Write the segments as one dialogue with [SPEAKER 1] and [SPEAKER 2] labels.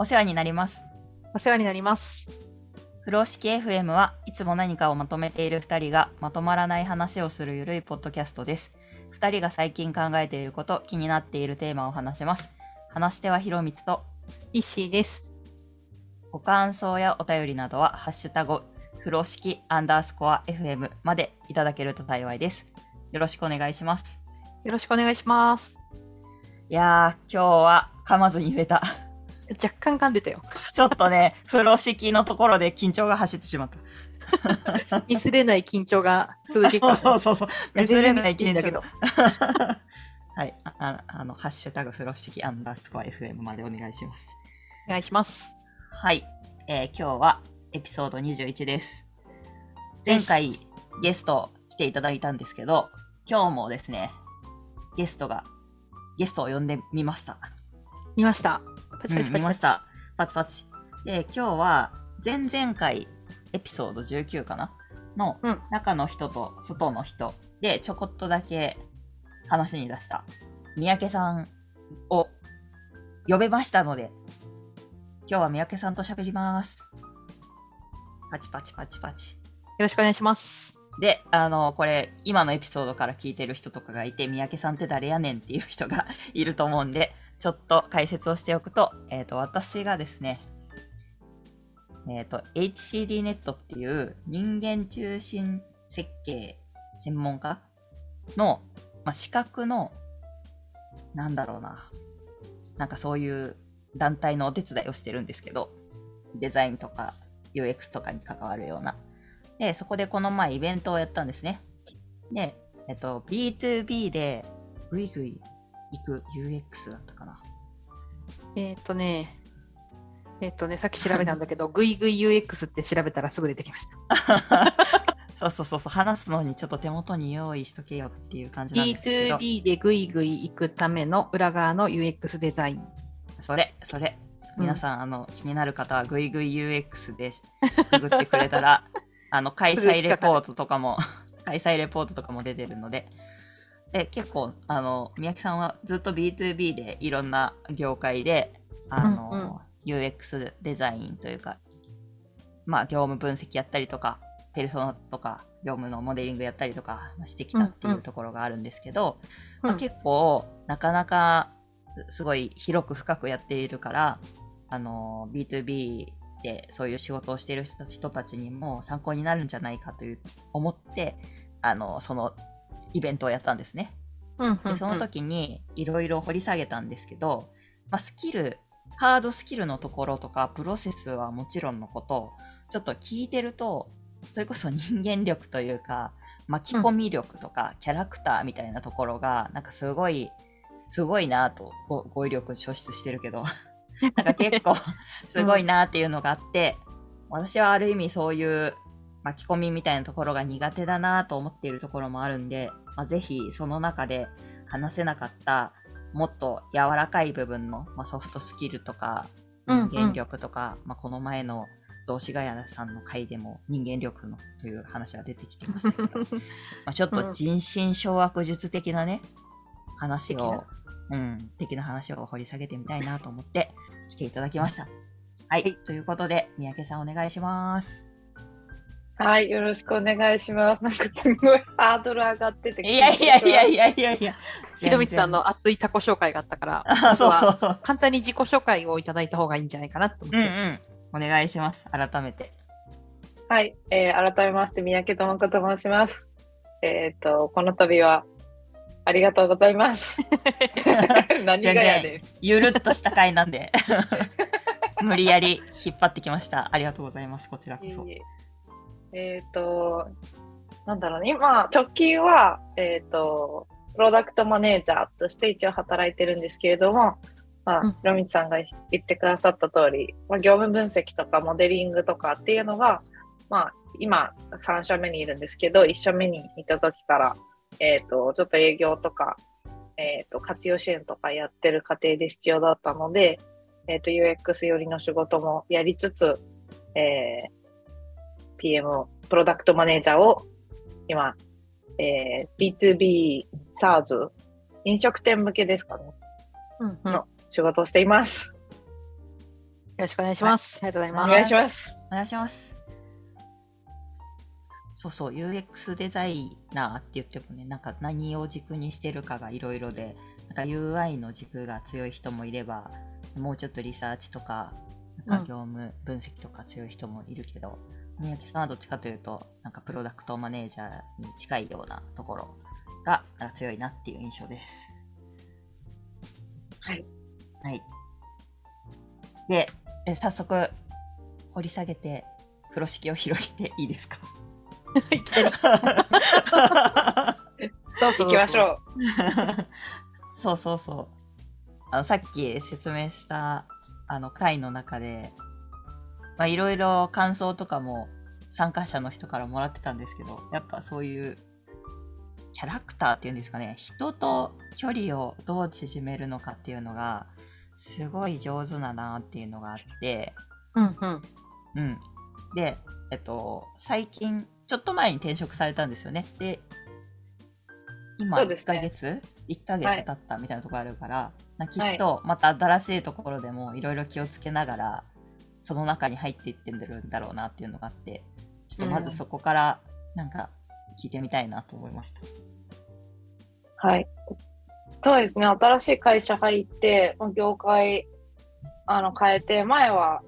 [SPEAKER 1] お世話になります。
[SPEAKER 2] お世話になります。
[SPEAKER 1] 風呂敷 FM はいつも何かをまとめている2人がまとまらない話をするゆるいポッドキャストです。2人が最近考えていること、気になっているテーマを話します。話し手はひろみつと
[SPEAKER 2] 石井です。
[SPEAKER 1] ご感想やお便りなどはハッシュタグ風呂敷_FM までいただけると幸いです。よろしくお願いします。
[SPEAKER 2] よろしくお願いします。
[SPEAKER 1] いやー、今日は噛まずに言えた。
[SPEAKER 2] 若干噛んでたよ。
[SPEAKER 1] ちょっとね、風呂敷のところで緊張が走ってしまった。
[SPEAKER 2] ミスれない緊張が続けた、ね。
[SPEAKER 1] そう。ミスれない緊張
[SPEAKER 2] が。
[SPEAKER 1] はい。ハッシュタグ風呂敷_FM までお願いします。
[SPEAKER 2] お願いします。
[SPEAKER 1] はい。今日はエピソード21です。前回ゲスト来ていただいたんですけど、今日もですね、ゲストを呼んでみました。
[SPEAKER 2] 見ました。パチパチパチパチ。
[SPEAKER 1] 見ました。パチパチ。で、今日は前々回エピソード19かなの中の人と外の人でちょこっとだけ話に出した三宅さんを呼べましたので、今日は三宅さんと喋ります。パチパチパチパチ。
[SPEAKER 2] よろしくお願いします。
[SPEAKER 1] で、これ今のエピソードから聞いてる人とかがいて、三宅さんって誰やねんっていう人がいると思うんで、ちょっと解説をしておくと、私がですね、HCD ネットっていう人間中心設計専門家の、資格の、なんかそういう団体のお手伝いをしてるんですけど、デザインとか UX とかに関わるような。で、そこでこの前イベントをやったんですね。で、B2B でぐいぐい行く UX だったかな。
[SPEAKER 2] さっき調べたんだけど、ぐいぐい UX って調べたらすぐ出てきました。
[SPEAKER 1] そう、話すのにちょっと手元に用意しとけよっていう感じなんですけど。
[SPEAKER 2] B2B でぐいぐい行くための裏側の UX デザイン。
[SPEAKER 1] それ。皆さん、気になる方はぐいぐい UX でググってくれたら、開催レポートとかも出てるので。で、結構、三宅さんはずっと B2B でいろんな業界で、UX デザインというか、業務分析やったりとか、ペルソナとか、業務のモデリングやったりとかしてきたっていうところがあるんですけど、結構、なかなか、すごい広く深くやっているから、B2B でそういう仕事をしている人たちにも参考になるんじゃないかと思って、そのイベントをやったんですね。で、その時にいろいろ掘り下げたんですけど、ハードスキルのところとかプロセスはもちろんのこと、ちょっと聞いてると、それこそ人間力というか、巻き込み力とかキャラクターみたいなところが、なんかすごいなと、語彙力初出してるけど、なんか結構すごいなっていうのがあって、私はある意味そういう巻き込みみたいなところが苦手だなと思っているところもあるんで、ぜひその中で話せなかったもっと柔らかい部分の、ソフトスキルとか人間力とか、この前の雑司ヶ谷さんの回でも人間力のという話が出てきてましたけどちょっと人心掌握術的なね話を的な話を掘り下げてみたいなと思って来ていただきました。はい、ということで三宅さんお願いします。
[SPEAKER 3] はい、よろしくお願いします。なんかすごいハードル上がってて。
[SPEAKER 1] いや。
[SPEAKER 2] ひろみつさんの熱いタコ紹介があったから、
[SPEAKER 1] そう。
[SPEAKER 2] 簡単に自己紹介をいただいた方がいいんじゃないかなと思って。
[SPEAKER 1] お願いします。改めて。
[SPEAKER 3] はい、改めまして三宅智子と申します。この度はありがとうございます。何がやで。
[SPEAKER 1] ゆるっとした回なんで無理やり引っ張ってきました。ありがとうございます。こちらこそ。
[SPEAKER 3] なんだろうね。今直近はプロダクトマネージャーとして一応働いてるんですけれども、ひろみつさんが言ってくださった通り、業務分析とかモデリングとかっていうのが、今3社目にいるんですけど、1社目にいた時からちょっと営業とか、活用支援とかやってる過程で必要だったので、UX 寄りの仕事もやりつつ、PM プロダクトマネージャーを今、B2B SaaS 飲食店向けですかね、の仕事をしています。
[SPEAKER 2] ろしくお願いします。ありがとうござい
[SPEAKER 3] お
[SPEAKER 2] ます。
[SPEAKER 3] 願いします。
[SPEAKER 1] お願いします。そうそう、UX デザイナーって言ってもね、なんか何を軸にしてるかがいろいろで、なんか UI の軸が強い人もいれば、もうちょっとリサーチとか、なんか業務分析とか強い人もいるけど、宮城さんはどっちかというと、なんかプロダクトマネージャーに近いようなところが強いなっていう印象です。
[SPEAKER 3] はい。
[SPEAKER 1] はい。で、早速掘り下げて、風呂敷を広げていいですか？
[SPEAKER 2] いきなり
[SPEAKER 3] 行きましょ
[SPEAKER 1] う。そうそうそう。さっき説明した回の中で、いろいろ感想とかも参加者の人からもらってたんですけど、やっぱそういうキャラクターっていうんですかね、人と距離をどう縮めるのかっていうのがすごい上手だなっていうのがあって、
[SPEAKER 2] うんうん。
[SPEAKER 1] うん。で、最近ちょっと前に転職されたんですよね。で、今1ヶ月、1ヶ月経ったみたいなところあるから、きっとまた新しいところでもいろいろ気をつけながら、その中に入っていってるんだろうなっていうのがあって、ちょっとまずそこからなんか聞いてみたいなと思いました。
[SPEAKER 3] はい。そうですね。新しい会社入って、業界変えて、前は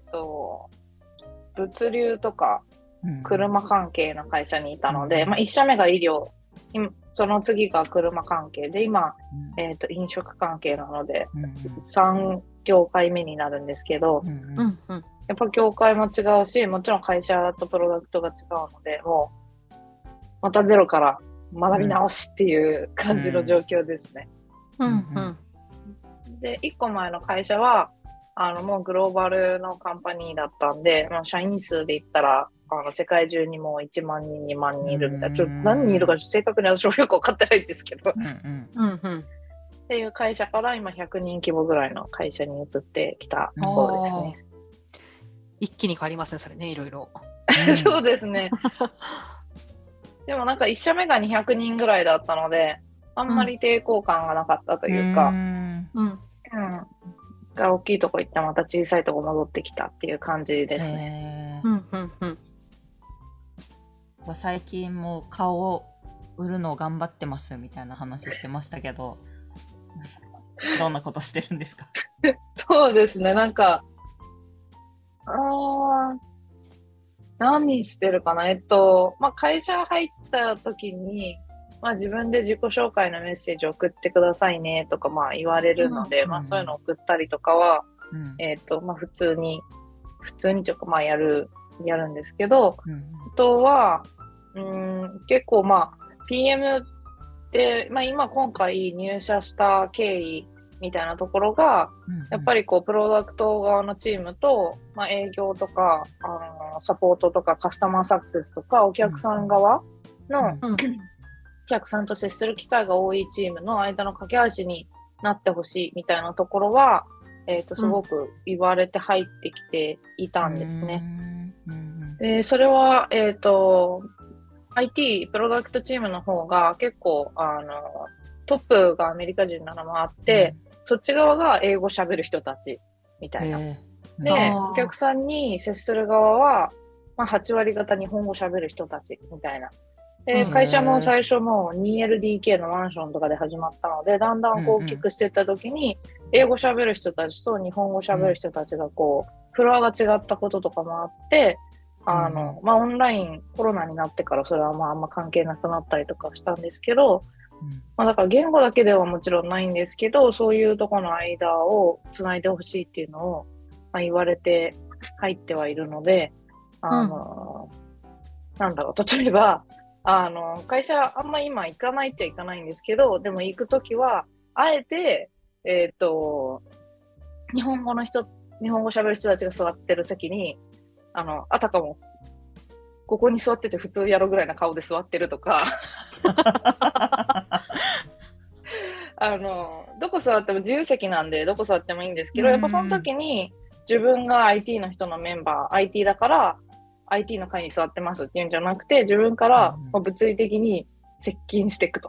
[SPEAKER 3] 物流とか車関係の会社にいたので、1社目が医療、その次が車関係で、今、飲食関係なので、3業界目になるんですけど、やっぱ業界も違うし、もちろん会社とプロダクトが違うので、もうまたゼロから学び直しっていう感じの状況ですね。で、1個前の会社はもうグローバルのカンパニーだったんで、社員数で言ったら世界中にもう1万人2万人いるみたいな、ちょっと何人いるか正確に私もよく分かってないんですけど、っていう会社から今100人規模ぐらいの会社に移ってきた方ですね。
[SPEAKER 2] 一気に変わりますね、それね、いろいろ。
[SPEAKER 3] そうですね。でもなんか1社目が200人ぐらいだったので、あんまり抵抗感がなかったというか、が大きいとこ行ってまた小さいとこ戻ってきたっていう感じですね。
[SPEAKER 1] 最近も顔を売るのを頑張ってますみたいな話してましたけど、どんなことしてるんですか？
[SPEAKER 3] そうですね、なんか何してるかな。会社入った時に、自分で自己紹介のメッセージ送ってくださいねとか言われるので、そういうの送ったりとかは、普通にというかやるんですけど、あとは結構PM で、今回入社した経緯みたいなところが、やっぱりプロダクト側のチームと、営業とかサポートとかカスタマーサクセスとかお客さん側の、お客さんと接する機会が多いチームの間の架け橋になってほしいみたいなところは、すごく言われて入ってきていたんですね。でそれは、IT プロダクトチームの方が結構トップがアメリカ人なのもあって、そっち側が英語喋る人たちみたいな。で、お客さんに接する側は、8割方日本語喋る人たちみたいな。で、会社も最初もう 2LDK のマンションとかで始まったので、だんだん大きくしていった時に、英語喋る人たちと日本語喋る人たちがフロアが違ったこととかもあって、オンラインコロナになってからそれはあんま関係なくなったりとかしたんですけど、だから言語だけではもちろんないんですけど、そういうところの間をつないでほしいっていうのを、言われて入ってはいるので、例えば会社あんま今行かないっちゃ行かないんですけど、でも行くときはあえて日本語喋る人たちが座ってる席にあたかもここに座ってて普通やろぐらいな顔で座ってるとかどこ座っても自由席なんでどこ座ってもいいんですけど、やっぱその時に自分が IT の人のメンバー IT だからIT の会に座ってますっていうんじゃなくて、自分から物理的に接近していくと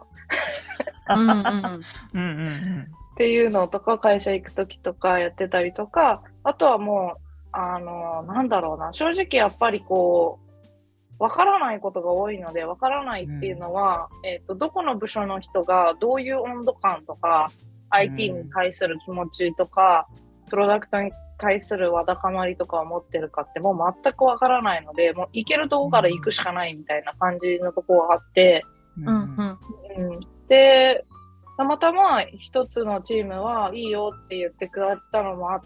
[SPEAKER 3] っていうのとか会社行く時とかやってたりとか、 あとはもう、なんだろうな、正直やっぱりこう、わからないことが多いので、わからないっていうのは、どこの部署の人がどういう温度感とか、IT に対する気持ちとか、プロダクトに対するわだかまりとかを持ってるかってもう全くわからないので、もう行けるとこから行くしかないみたいな感じのところがあって、で、たまたま一つのチームはいいよって言ってくれたのもあって、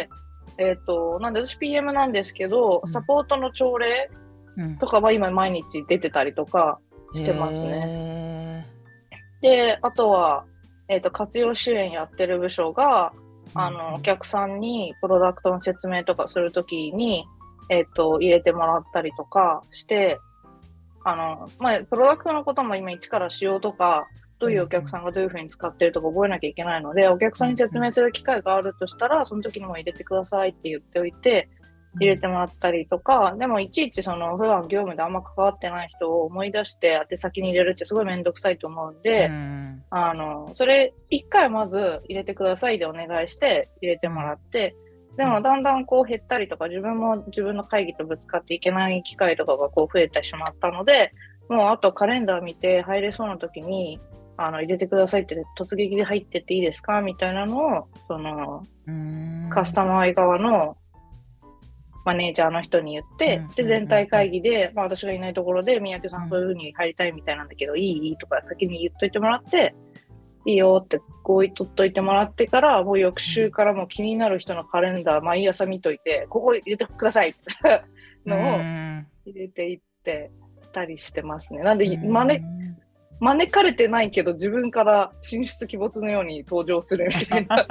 [SPEAKER 3] なんで私 PM なんですけど、サポートの朝礼とかは今毎日出てたりとかしてますね。で、あとは、活用支援やってる部署が、お客さんにプロダクトの説明とかするときに、入れてもらったりとかして、プロダクトのことも今一から仕様とか、どういうお客さんがどういうふうに使ってるとか覚えなきゃいけないので、お客さんに説明する機会があるとしたら、その時にも入れてくださいって言っておいて、入れてもらったりとか、でもいちいちその普段業務であんま関わってない人を思い出して宛先に入れるってすごいめんどくさいと思うんで、それ一回まず入れてくださいでお願いして入れてもらって、でもだんだんこう減ったりとか、自分も自分の会議とぶつかっていけない機会とかがこう増えてしまったので、もうあとカレンダー見て入れそうな時に入れてくださいって突撃で入ってっていいですかみたいなのをそのカスタマー側のマネージャーの人に言って、で全体会議で、私がいないところで三宅さんそういう風に入りたいみたいなんだけど、いいとか先に言っといてもらって、いいよって合意取っといてもらってから、もう翌週からもう気になる人のカレンダー毎朝見といて、ここ入れてくださいみたいなのを入れていってたりしてますね。なんで招かれてないけど自分から神出鬼没のように登場するみたいな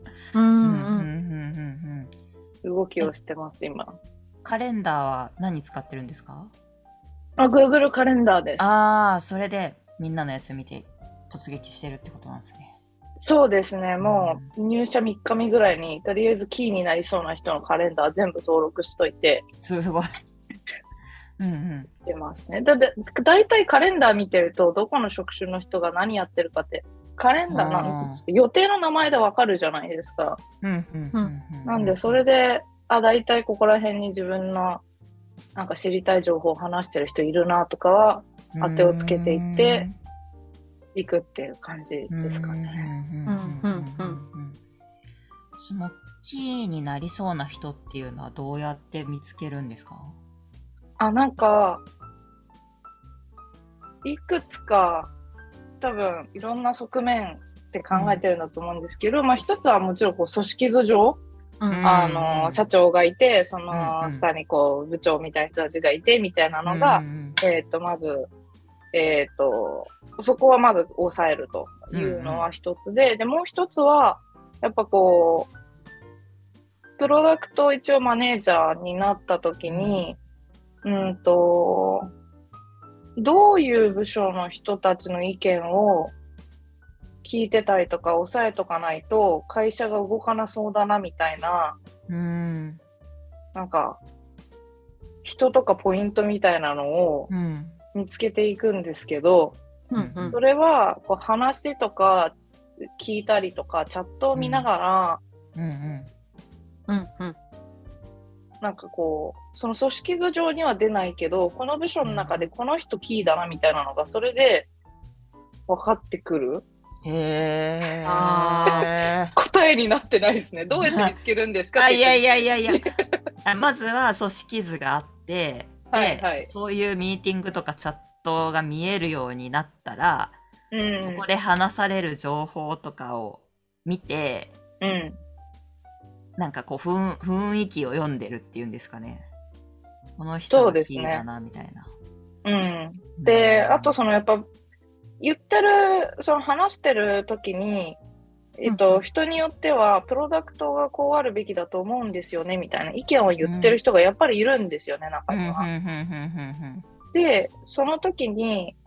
[SPEAKER 3] 動きをしてます今。
[SPEAKER 1] カレンダーは何使ってるんですか
[SPEAKER 3] ？Google カレンダーです。
[SPEAKER 1] それでみんなのやつ見て突撃してるってことなんですね。
[SPEAKER 3] そうですね。もう入社3日目ぐらいにとりあえずキーになりそうな人のカレンダー全部登録しといて。
[SPEAKER 1] すごい。
[SPEAKER 3] 出ますね。だいたいカレンダー見てるとどこの職種の人が何やってるかってカレンダーなんて予定の名前でわかるじゃないですか。なんでそれでだいたいここら辺に自分のなんか知りたい情報を話してる人いるなとかは当てをつけていっていくっていう感じですかね。
[SPEAKER 1] そのキーになりそうな人っていうのはどうやって見つけるんですか？
[SPEAKER 3] なんかいくつか多分いろんな側面って考えてるんだと思うんですけど、一つはもちろんこう組織図上、社長がいてその下にこう部長みたいな人たちがいてみたいなのが、まずそこはまず抑えるというのは一つで、もう一つはやっぱこうプロダクト一応マネージャーになった時に、どういう部署の人たちの意見を聞いてたりとか抑えとかないと会社が動かなそうだなみたいな、なんか人とかポイントみたいなのを見つけていくんですけど、それはこう話とか聞いたりとかチャットを見ながら、なんかこうその組織図上には出ないけどこの部署の中でこの人キーだなみたいなのがそれで分かってくる。答えになってないですね。どうやって見つけるんですかって
[SPEAKER 1] いやまずは組織図があってそういうミーティングとかチャットが見えるようになったら、そこで話される情報とかを見て、なんかこう雰囲気を読んでるっていうんですかね。この人がキーだなみたいな。
[SPEAKER 3] で、あとそのやっぱ言ってるその話してる時に、人によってはプロダクトがこうあるべきだと思うんですよねみたいな意見を言ってる人がやっぱりいるんですよね、中には。で、その時に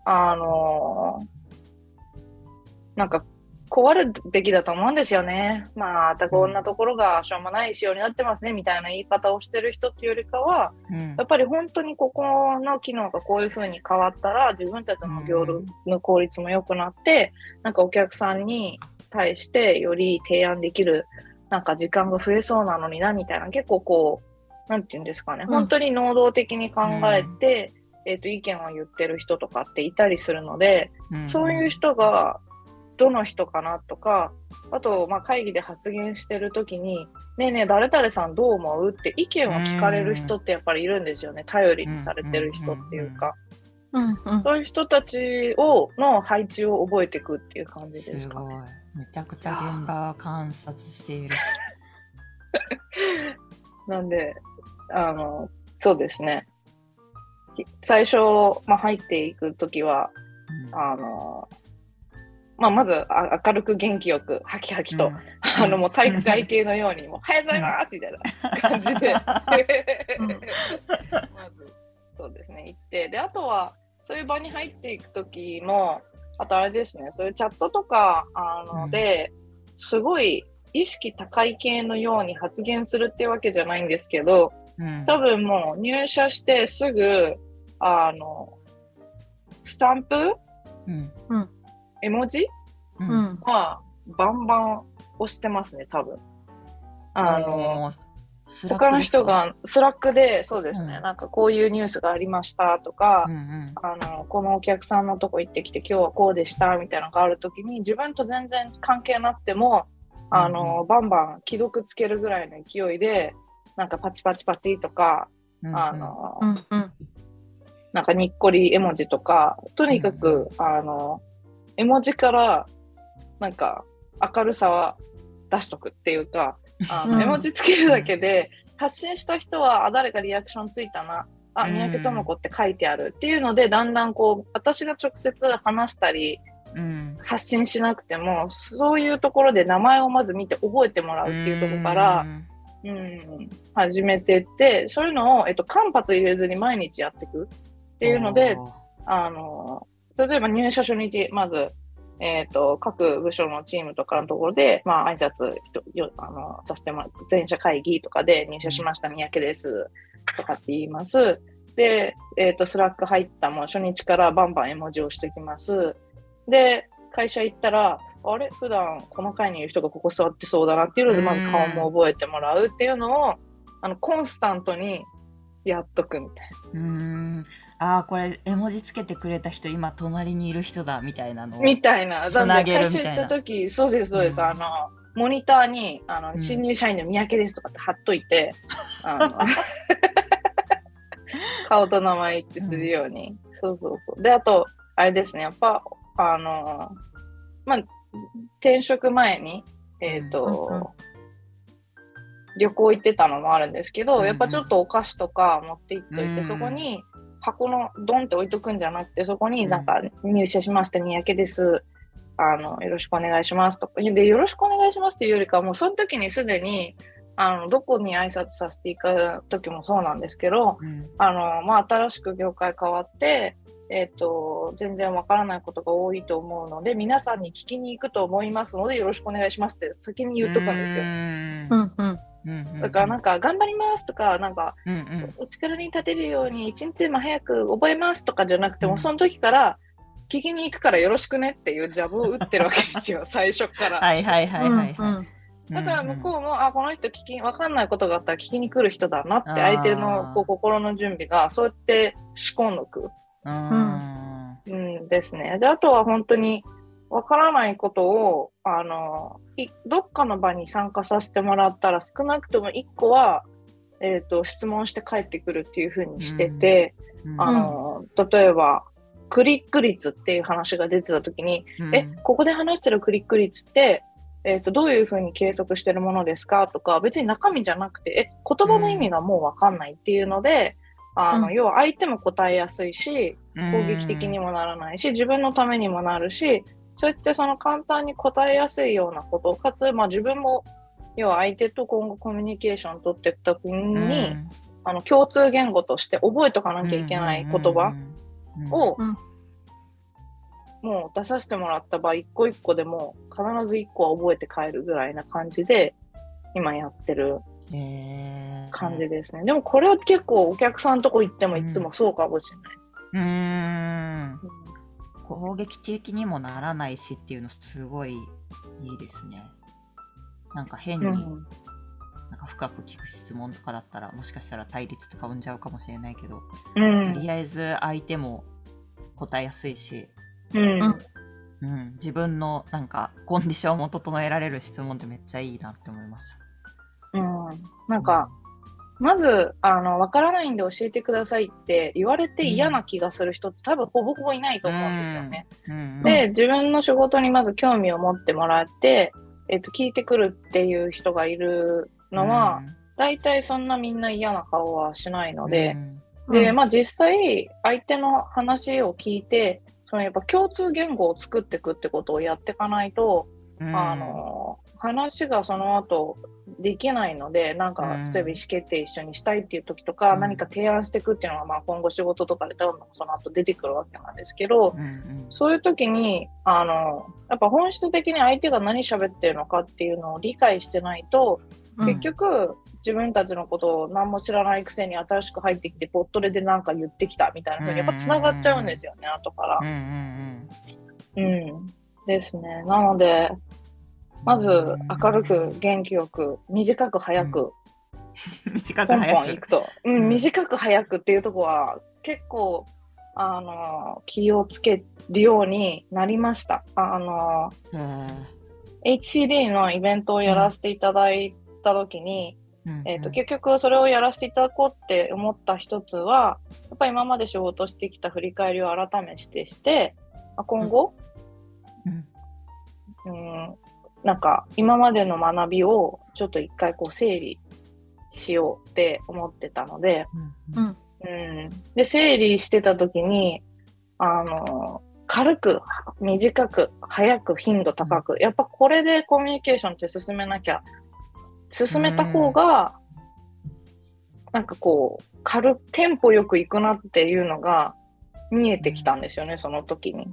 [SPEAKER 3] なんかこうあるべきだと思うんですよね。またこんなところがしょうもない仕様になってますねみたいな言い方をしてる人っていうよりかは、やっぱり本当にここの機能がこういう風に変わったら自分たちの業務の効率も良くなって、なんかお客さんに対してより提案できるなんか時間が増えそうなのになみたいな、結構こうなんていうんですかね、本当に能動的に考えて、意見を言ってる人とかっていたりするので、そういう人がどの人かなとか、あとまあ会議で発言してる時にねえねえ誰々さんどう思うって意見を聞かれる人ってやっぱりいるんですよね。頼りにされてる人っていうか、そういう人たちの配置を覚えていくっていう感じですかね。
[SPEAKER 1] すごい、めちゃくちゃ現場を観察している。
[SPEAKER 3] なんでそうですね、最初、入っていくときは、まず明るく元気よくハキハキと、もう体育会系のようにもうおはようございますみたいな感じでまずそうですね行って、であとはそういう場に入っていくときも、あとあれですね、そういうチャットとかですごい意識高い系のように発言するっていうわけじゃないんですけど、多分もう入社してすぐスタンプ、絵文字、はバンバン押してますね、多分。他の人がスラックで、そうですね、なんかこういうニュースがありましたとか、このお客さんのとこ行ってきて今日はこうでしたみたいなのがあるときに、自分と全然関係なくてもバンバン既読つけるぐらいの勢いで、なんかパチパチパチとか、なんかにっこり絵文字とか、とにかく、絵文字からなんか明るさは出しとくっていうか、絵文字つけるだけで発信した人は誰かリアクションついたな、三宅智子って書いてあるっていうので、だんだんこう私が直接話したり、発信しなくてもそういうところで名前をまず見て覚えてもらうっていうところから始めてって、そういうのを、間髪入れずに毎日やっていくっていうので、例えば入社初日、まず各部署のチームとかのところで、挨拶させてもらって、全社会議とかで入社しました三宅ですとかって言います。で、スラック入ったもう初日からバンバン絵文字をしておきます。で、会社行ったら、あれ普段この会にいる人がここ座ってそうだなっていうので、まず顔も覚えてもらうっていうのをコンスタントにやっとくみたい
[SPEAKER 1] な。これ絵文字つけてくれた人今隣にいる人だみたいなのを
[SPEAKER 3] みたいな。
[SPEAKER 1] つなげるみたいな。
[SPEAKER 3] 会社行った時、そうですそうです。モニターに新入社員の三宅ですとかって貼っといて、顔と名前一致するように。そうそうそう。で、あとあれですね、やっぱ転職前に旅行行ってたのもあるんですけど、やっぱちょっとお菓子とか持って行っといて、そこに箱のドンって置いとくんじゃなくて、そこになんか入社しました三宅です、よろしくお願いしますとかで、よろしくお願いしますっていうよりか、もうその時にすでにどこに挨拶させていく時もそうなんですけど、新しく業界変わって全然わからないことが多いと思うので、皆さんに聞きに行くと思いますのでよろしくお願いしますって先に言っとくんですよ。だからなんか頑張りますとか、なんかお力に立てるように一日でも早く覚えますとかじゃなくても、その時から聞きに行くからよろしくねっていうジャブを打ってるわけですよ最初から。だから向こうもこの人分かんないことがあったら聞きに来る人だなって、相手の心の準備がそうやって仕込んどくですね。で、あとは本当にわからないことをどっかの場に参加させてもらったら少なくとも1個は、質問して帰ってくるっていう風にしてて、例えばクリック率っていう話が出てた時に、ここで話してるクリック率ってどういう風に計測してるものですかとか、別に中身じゃなくて言葉の意味がもうわかんないっていうので、要は相手も答えやすいし、攻撃的にもならないし、自分のためにもなるし、そうやってその簡単に答えやすいようなこと、かつ、自分も要は相手と今後コミュニケーションを取っていくときに、共通言語として覚えとかなきゃいけない言葉を、もう出させてもらった場合、一個一個でも必ず一個は覚えて帰るぐらいな感じで今やってる感じですね。でもこれは結構お客さんのとこ行ってもいつもそうかもしれないです。
[SPEAKER 1] 攻撃的にもならないしっていうのすごいいいですね。 なんか変になんか深く聞く質問とかだったらもしかしたら対立とか生んじゃうかもしれないけど、とりあえず相手も答えやすいし、自分のなんかコンディションも整えられる質問ってめっちゃいいなって思います。
[SPEAKER 3] なんか、まずわからないんで教えてくださいって言われて嫌な気がする人って多分ほぼほぼいないと思うんですよね。で、自分の仕事にまず興味を持ってもらって、聞いてくるっていう人がいるのは、大体そんなみんな嫌な顔はしないので、で、まあ実際相手の話を聞いて、そのやっぱ共通言語を作っていくってことをやっていかないと、話がその後できないので、なんか例えば意思決定一緒にしたいっていう時とか、何か提案していくっていうのは、まあ今後仕事とかで多分その後出てくるわけなんですけど、そういう時にやっぱ本質的に相手が何喋ってるのかっていうのを理解してないと、結局自分たちのことを何も知らないくせに新しく入ってきてポットレでなんか言ってきたみたいな風にやっぱ繋がっちゃうんですよね、後から。ですね。なのでまず明るく元気よく短く早く、
[SPEAKER 1] 短く早く
[SPEAKER 3] ポンポンいくと、短く早くっていうところは結構気をつけるようになりました。HCD のイベントをやらせていただいた時に、結局それをやらせていただこうって思った一つは、やっぱり今まで仕事してきた振り返りを改めして今後、なんか今までの学びをちょっと一回こう整理しようって思ってたので、で整理してた時に軽く短く早く頻度高く、やっぱこれでコミュニケーションって進めた方がなんかこうテンポよくいくなっていうのが見えてきたんですよね、その時に。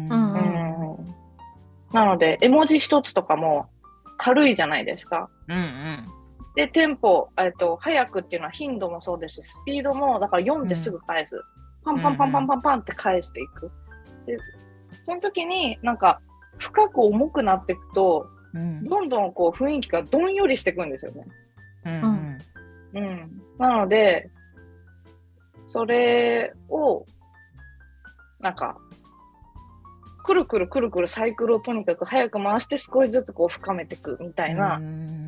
[SPEAKER 3] なので絵文字一つとかも軽いじゃないですか。でテンポ早くっていうのは頻度もそうですし、スピードもだから読んですぐ返す、パンパンパンパンパンパンって返していく。でその時になんか深く重くなっていくと、どんどんこう雰囲気がどんよりしていくんですよね。なのでそれをなんかくるくるサイクルをとにかく早く回して少しずつこう深めていくみたいな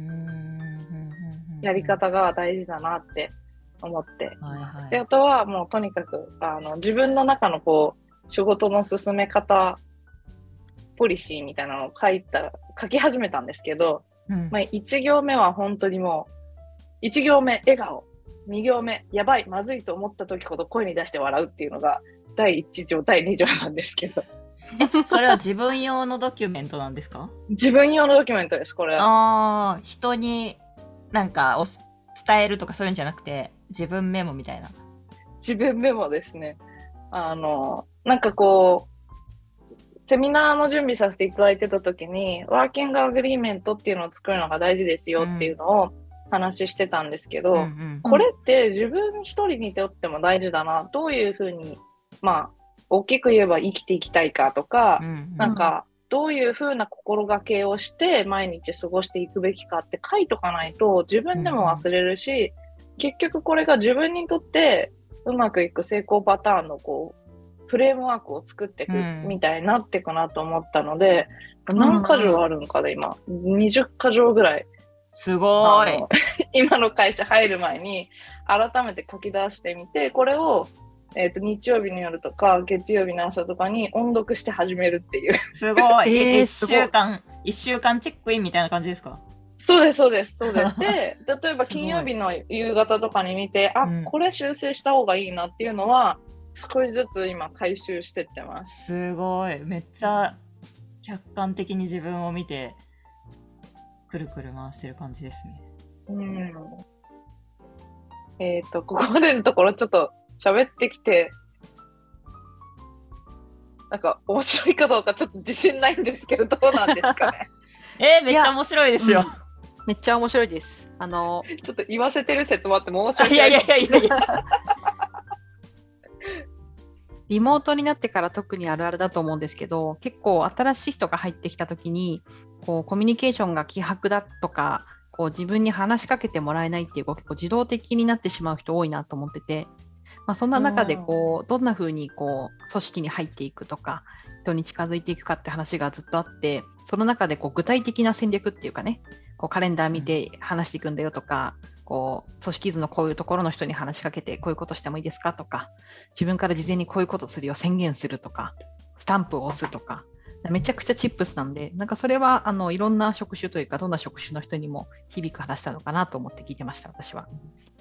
[SPEAKER 3] やり方が大事だなって思って、であとはもうとにかく自分の中のこう仕事の進め方ポリシーみたいなのを書き始めたんですけど、1行目は本当にもう1行目笑顔、2行目やばいまずいと思った時ほど声に出して笑うっていうのが第1条第2条なんですけど
[SPEAKER 1] それは自分用のドキュメントなんですか？
[SPEAKER 3] 自分用のドキュメントです、これは。
[SPEAKER 1] 人になんか伝えるとかそういうんじゃなくて自分メモみたいな。
[SPEAKER 3] 自分メモですね。なんかこうセミナーの準備させていただいてた時にワーキングアグリーメントっていうのを作るのが大事ですよっていうのを話してたんですけど、これって自分一人にとっても大事だな。どういうふうに大きく言えば生きていきたいかとか、なんかどういうふうな心がけをして毎日過ごしていくべきかって書いとかないと自分でも忘れるし、結局これが自分にとってうまくいく成功パターンのこうフレームワークを作っていくみたいになっていくなと思ったので、何箇条あるのかで今20箇条ぐらい、
[SPEAKER 1] すごい
[SPEAKER 3] 今の会社入る前に改めて書き出してみて、これを日曜日の夜とか月曜日の朝とかに音読して始めるっていう。
[SPEAKER 1] すごい。1週間チェックインみたいな感じですか？
[SPEAKER 3] そうです。で、例えば金曜日の夕方とかに見て、これ修正した方がいいなっていうのは少しずつ今回収してってます。
[SPEAKER 1] すごい。めっちゃ客観的に自分を見てくるくる回してる感じですね。
[SPEAKER 3] ここまでのところちょっと喋ってきて、なんか面白いかどうかちょっと自信ないんですけど、どうなんですかね。
[SPEAKER 1] めっちゃ面白いですよ。
[SPEAKER 2] めっちゃ面白いです。ち
[SPEAKER 3] ょっと言わせてる説もあって申し訳
[SPEAKER 1] ない。い
[SPEAKER 2] リモートになってから特にあるあるだと思うんですけど、結構新しい人が入ってきたときに、こうコミュニケーションが希薄だとか、こう自分に話しかけてもらえないっていう、結構自動的になってしまう人多いなと思ってて、そんな中でどんな風に組織に入っていくとか、人に近づいていくかって話がずっとあって、その中で具体的な戦略っていうかね、カレンダー見て話していくんだよとか、組織図のこういうところの人に話しかけてこういうことしてもいいですかとか、自分から事前にこういうことするよ宣言するとか、スタンプを押すとか、めちゃくちゃチップスなんで、なんかそれはいろんな職種というか、どんな職種の人にも響く話なのかなと思って聞いてました、私は。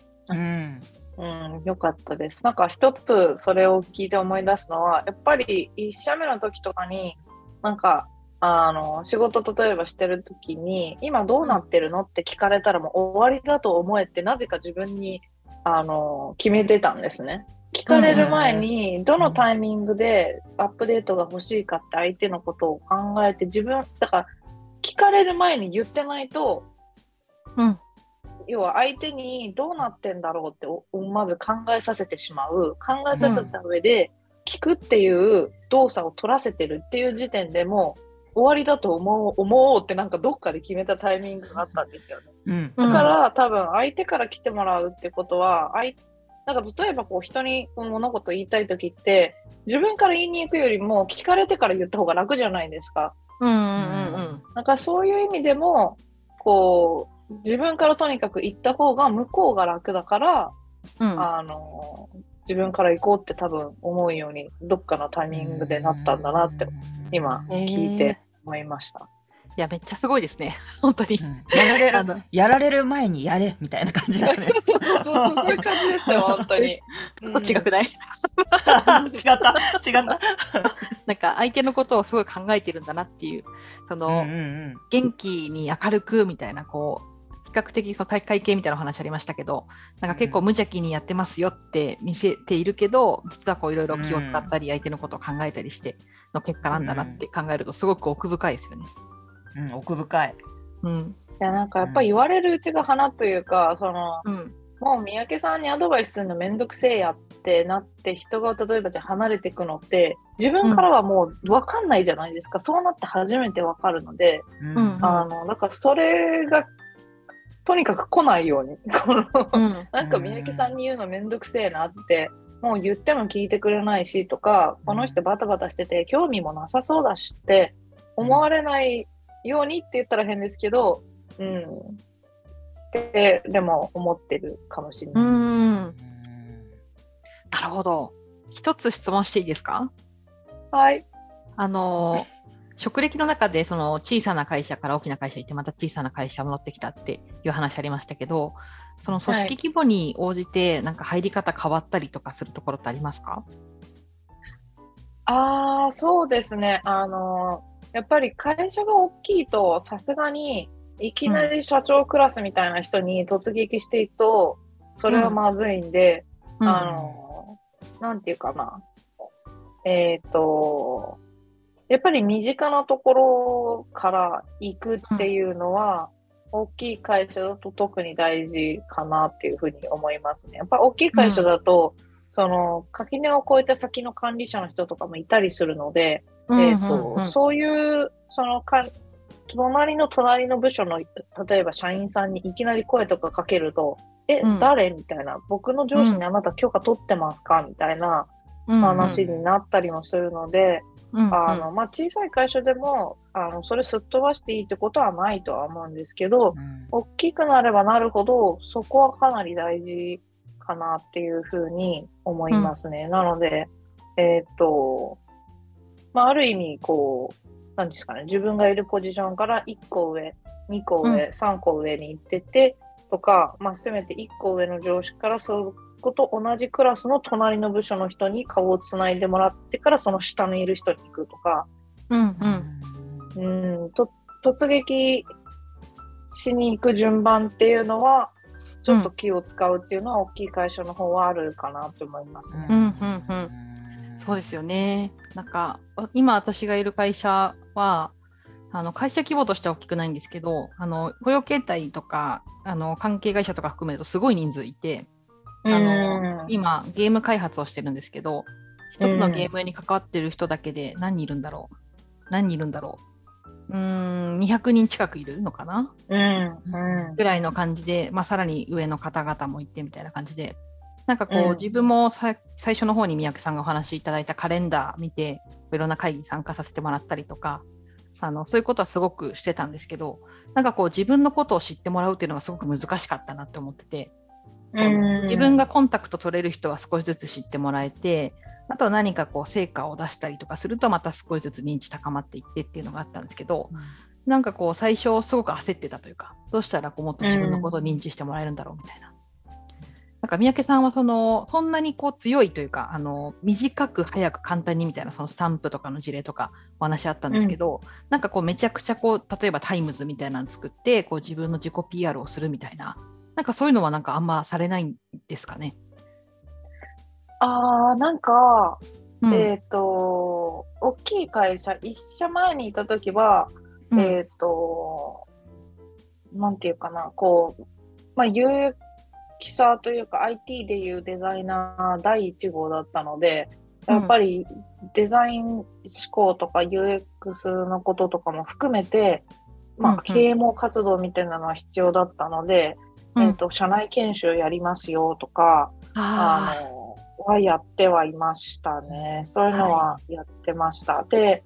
[SPEAKER 3] よかったです。なんか一つそれを聞いて思い出すのは、やっぱり1社目の時とかに、なんか仕事例えばしてる時に今どうなってるのって聞かれたらもう終わりだと思えて、なぜか自分に決めてたんですね。聞かれる前にどのタイミングでアップデートが欲しいかって相手のことを考えて、だから聞かれる前に言ってないと、要は相手にどうなってんだろうってまず考えさせてしまう。考えさせた上で聞くっていう動作を取らせてるっていう時点でもう終わりだと思おうってなんかどっかで決めたタイミングがあったんですよね。だから多分相手から来てもらうってことは、なんか例えば人に物事言いたい時って自分から言いに行くよりも聞かれてから言った方が楽じゃないですか。だからそういう意味でも自分からとにかく言った方が向こうが楽だから、自分から行こうって多分思うようにどっかのタイミングでなったんだなって今聞いて思いました。
[SPEAKER 2] いやめっちゃすごいですね本当に、
[SPEAKER 1] やられる前にやれみたいな感じだね。
[SPEAKER 3] そういう感じですよ本当に。
[SPEAKER 2] 違くない？違
[SPEAKER 1] った
[SPEAKER 2] なんか相手のことをすごい考えてるんだなっていう、元気に明るくみたいな比較的大会系みたいなお話ありましたけど、なんか結構無邪気にやってますよって見せているけど、実はいろいろ気を使ったり相手のことを考えたりしての結果なんだなって考えるとすごく奥深いですよね。
[SPEAKER 1] 奥深い。
[SPEAKER 3] いやなんかやっぱり言われるうちが花というか、もう三宅さんにアドバイスするのめんどくせえやってなって人が例えばじゃあ離れていくのって自分からはもう分かんないじゃないですか。そうなって初めて分かるので、だからそれがとにかく来ないようになんか三宅さんに言うのめんどくせえなってもう言っても聞いてくれないしとか、この人バタバタしてて興味もなさそうだしって思われないようにって言ったら変ですけど、でも思ってるかもしれない。
[SPEAKER 2] なるほど。一つ質問していいですか？
[SPEAKER 3] はい。
[SPEAKER 2] 職歴の中でその小さな会社から大きな会社行ってまた小さな会社戻ってきたっていう話ありましたけど、その組織規模に応じてなんか入り方変わったりとかするところってありますか？
[SPEAKER 3] そうですね。やっぱり会社が大きいとさすがにいきなり社長クラスみたいな人に突撃していくとそれはまずいんで、なんていうかな、やっぱり身近なところから行くっていうのは、大きい会社だと特に大事かなっていうふうに思いますね。やっぱ大きい会社だと、その垣根を越えた先の管理者の人とかもいたりするので、そういう隣の部署の例えば社員さんにいきなり声とかかけると、誰みたいな、僕の上司にあなた許可取ってますかみたいな話になったりもするので、小さい会社でもそれすっ飛ばしていいってことはないとは思うんですけど、大きくなればなるほどそこはかなり大事かなっていうふうに思いますね。なのである意味なんですかね、自分がいるポジションから1個上、2個上、3個上に行っててとか、せめて1個上の上司からそうこと同じクラスの隣の部署の人に顔をつないでもらってからその下にいる人に行くとか、突撃しに行く順番っていうのはちょっと気を使うっていうのは大きい会社の方はあるかなと思いますね。
[SPEAKER 2] そうですよね。なんか今私がいる会社は会社規模としては大きくないんですけど、雇用形態とか関係会社とか含めるとすごい人数いて、今ゲーム開発をしてるんですけど、 一つのゲームに関わってる人だけで何人いるんだろう。200人近くいるのかな、ぐらいの感じで、さらに上の方々もいてみたいな感じで、なんかこう、自分も最初の方に三宅さんがお話しいただいたカレンダー見て、いろんな会議に参加させてもらったりとか、そういうことはすごくしてたんですけど、なんかこう自分のことを知ってもらうっていうのがすごく難しかったなって思ってて、自分がコンタクト取れる人は少しずつ知ってもらえて、あとは何かこう成果を出したりとかするとまた少しずつ認知高まっていってっていうのがあったんですけど、なんかこう最初すごく焦ってたというか、どうしたらこうもっと自分のことを認知してもらえるんだろうみたいな。なんか三宅さんはそんなにこう強いというか、短く早く簡単にみたいなそのスタンプとかの事例とかお話あったんですけど、なんかこうめちゃくちゃこう例えばタイムズみたいなの作ってこう自分の自己 PR をするみたいな、なんかそういうのはなんかあんまされないんですかね。
[SPEAKER 3] なんか、大きい会社、一社前にいたときは、なんていうかな、こう、有機さというか IT でいうデザイナー第1号だったので、やっぱりデザイン思考とか UX のこととかも含めて、啓蒙活動みたいなのは必要だったので、社内研修やりますよとか、はやってはいましたね。そういうのはやってました。で、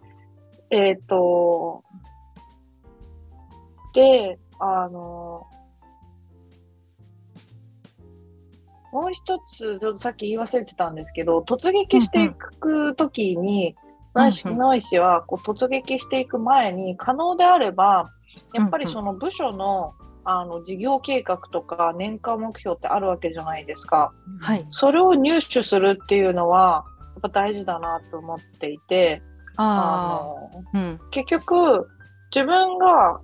[SPEAKER 3] もう一つ、ちょっとさっき言い忘れてたんですけど、突撃していくときに、ノイシはこう突撃していく前に、可能であれば、やっぱりその部署の、事業計画とか年間目標ってあるわけじゃないですか。それを入手するっていうのは、やっぱ大事だなと思っていて、結局、自分が、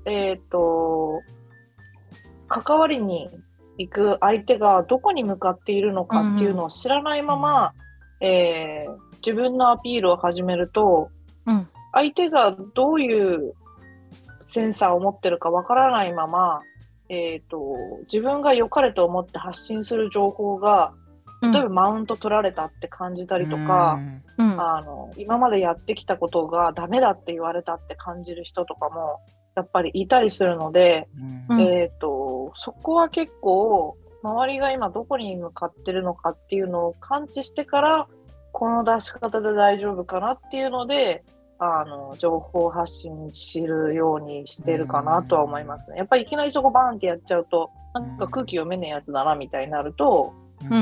[SPEAKER 3] 関わりに行く相手がどこに向かっているのかっていうのを知らないまま、自分のアピールを始めると、相手がどういうセンサーを持ってるかわからないまま、自分が良かれと思って発信する情報が、例えばマウント取られたって感じたりとか、今までやってきたことがダメだって言われたって感じる人とかもやっぱりいたりするので、そこは結構周りが今どこに向かってるのかっていうのを感知してから、この出し方で大丈夫かなっていうので、情報発信するようにしてるかなとは思いますね。やっぱりいきなりそこバーンってやっちゃうと、なんか空気読めねえやつだなみたいになると、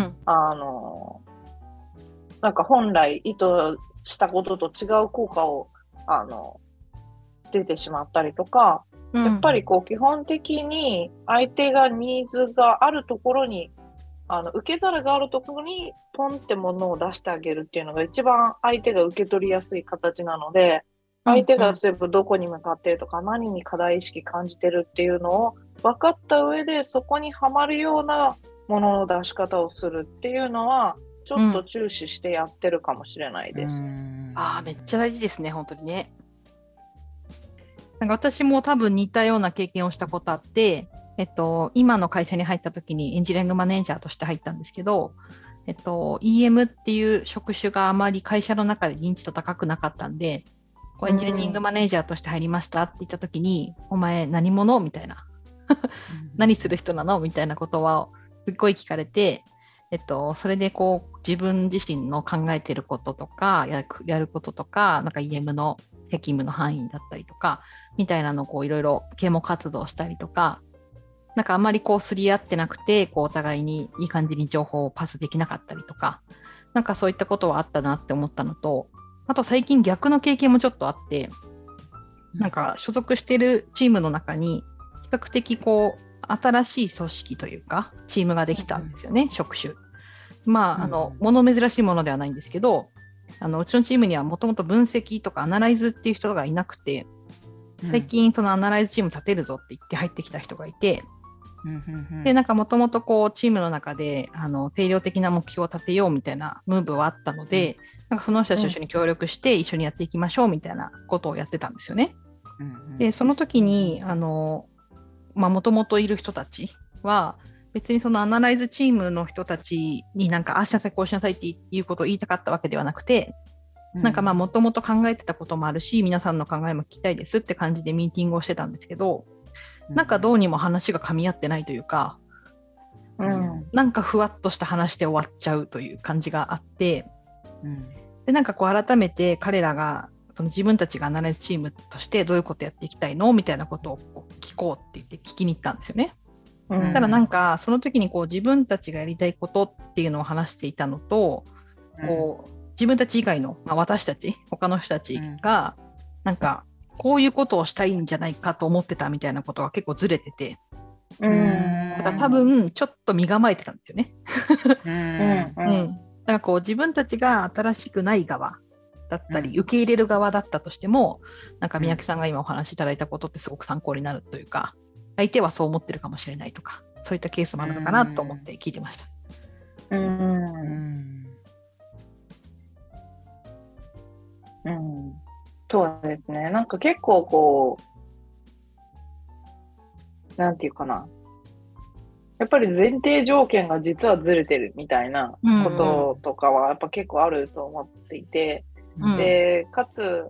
[SPEAKER 3] なんか本来意図したことと違う効果を出てしまったりとか、やっぱりこう基本的に相手がニーズがあるところに、受け皿があるところにポンってものを出してあげるっていうのが一番相手が受け取りやすい形なので、相手が例えばどこに向かっているとか、何に課題意識感じてるっていうのを分かった上で、そこにはまるようなものの出し方をするっていうのはちょっと注視してやってるかもしれないです。
[SPEAKER 2] めっちゃ大事ですね、本当にね。なんか私も多分似たような経験をしたことあって、今の会社に入った時にエンジニアリングマネージャーとして入ったんですけど、EM っていう職種があまり会社の中で認知度高くなかったんで、エンジニアリングマネージャーとして入りましたって言った時に、お前何者みたいな何する人なのみたいなことはすっごい聞かれて、それでこう自分自身の考えてることとかやることとか、なんか EM の責務の範囲だったりとかみたいなのをこういろいろ啓蒙活動したりとか、なんかあんまりこうすり合ってなくて、こうお互いにいい感じに情報をパスできなかったりとか、なんかそういったことはあったなって思ったのと、あと最近逆の経験もちょっとあって、なんか所属しているチームの中に比較的こう新しい組織というかチームができたんですよね、職種。物珍しいものではないんですけど、うちのチームにはもともと分析とかアナライズっていう人がいなくて、最近そのアナライズチーム立てるぞって言って入ってきた人がいて、でなんかもともとこうチームの中で定量的な目標を立てようみたいなムーブはあったので、なんかその人たちと一緒に協力して一緒にやっていきましょうみたいなことをやってたんですよね。でその時にもともといる人たちは別にそのアナライズチームの人たちになんかああしなさいこうしなさいっていうことを言いたかったわけではなくて、なんかまあもともと考えてたこともあるし、皆さんの考えも聞きたいですって感じでミーティングをしてたんですけど、なんかどうにも話が噛み合ってないというか、なんかふわっとした話で終わっちゃうという感じがあって、でなんかこう改めて彼らがその自分たちがアナライズチームとしてどういうことやっていきたいのみたいなことをこう聞こうって言って聞きに行ったんですよね。ただなんかその時にこう自分たちがやりたいことっていうのを話していたのと、こう自分たち以外の、私たち他の人たちがなんかこういうことをしたいんじゃないかと思ってたみたいなことが結構ずれてて、だから多分ちょっと身構えてたんですよね。だからこう自分たちが新しくない側だったり、受け入れる側だったとしても、なんか三宅さんが今お話しいただいたことってすごく参考になるというか、相手はそう思ってるかもしれないとか、そういったケースもあるのかなと思って聞いてました。
[SPEAKER 3] そうですね。なんか結構こう、なんていうかな。やっぱり前提条件が実はずれてるみたいなこととかはやっぱ結構あると思っていて、で、かつ、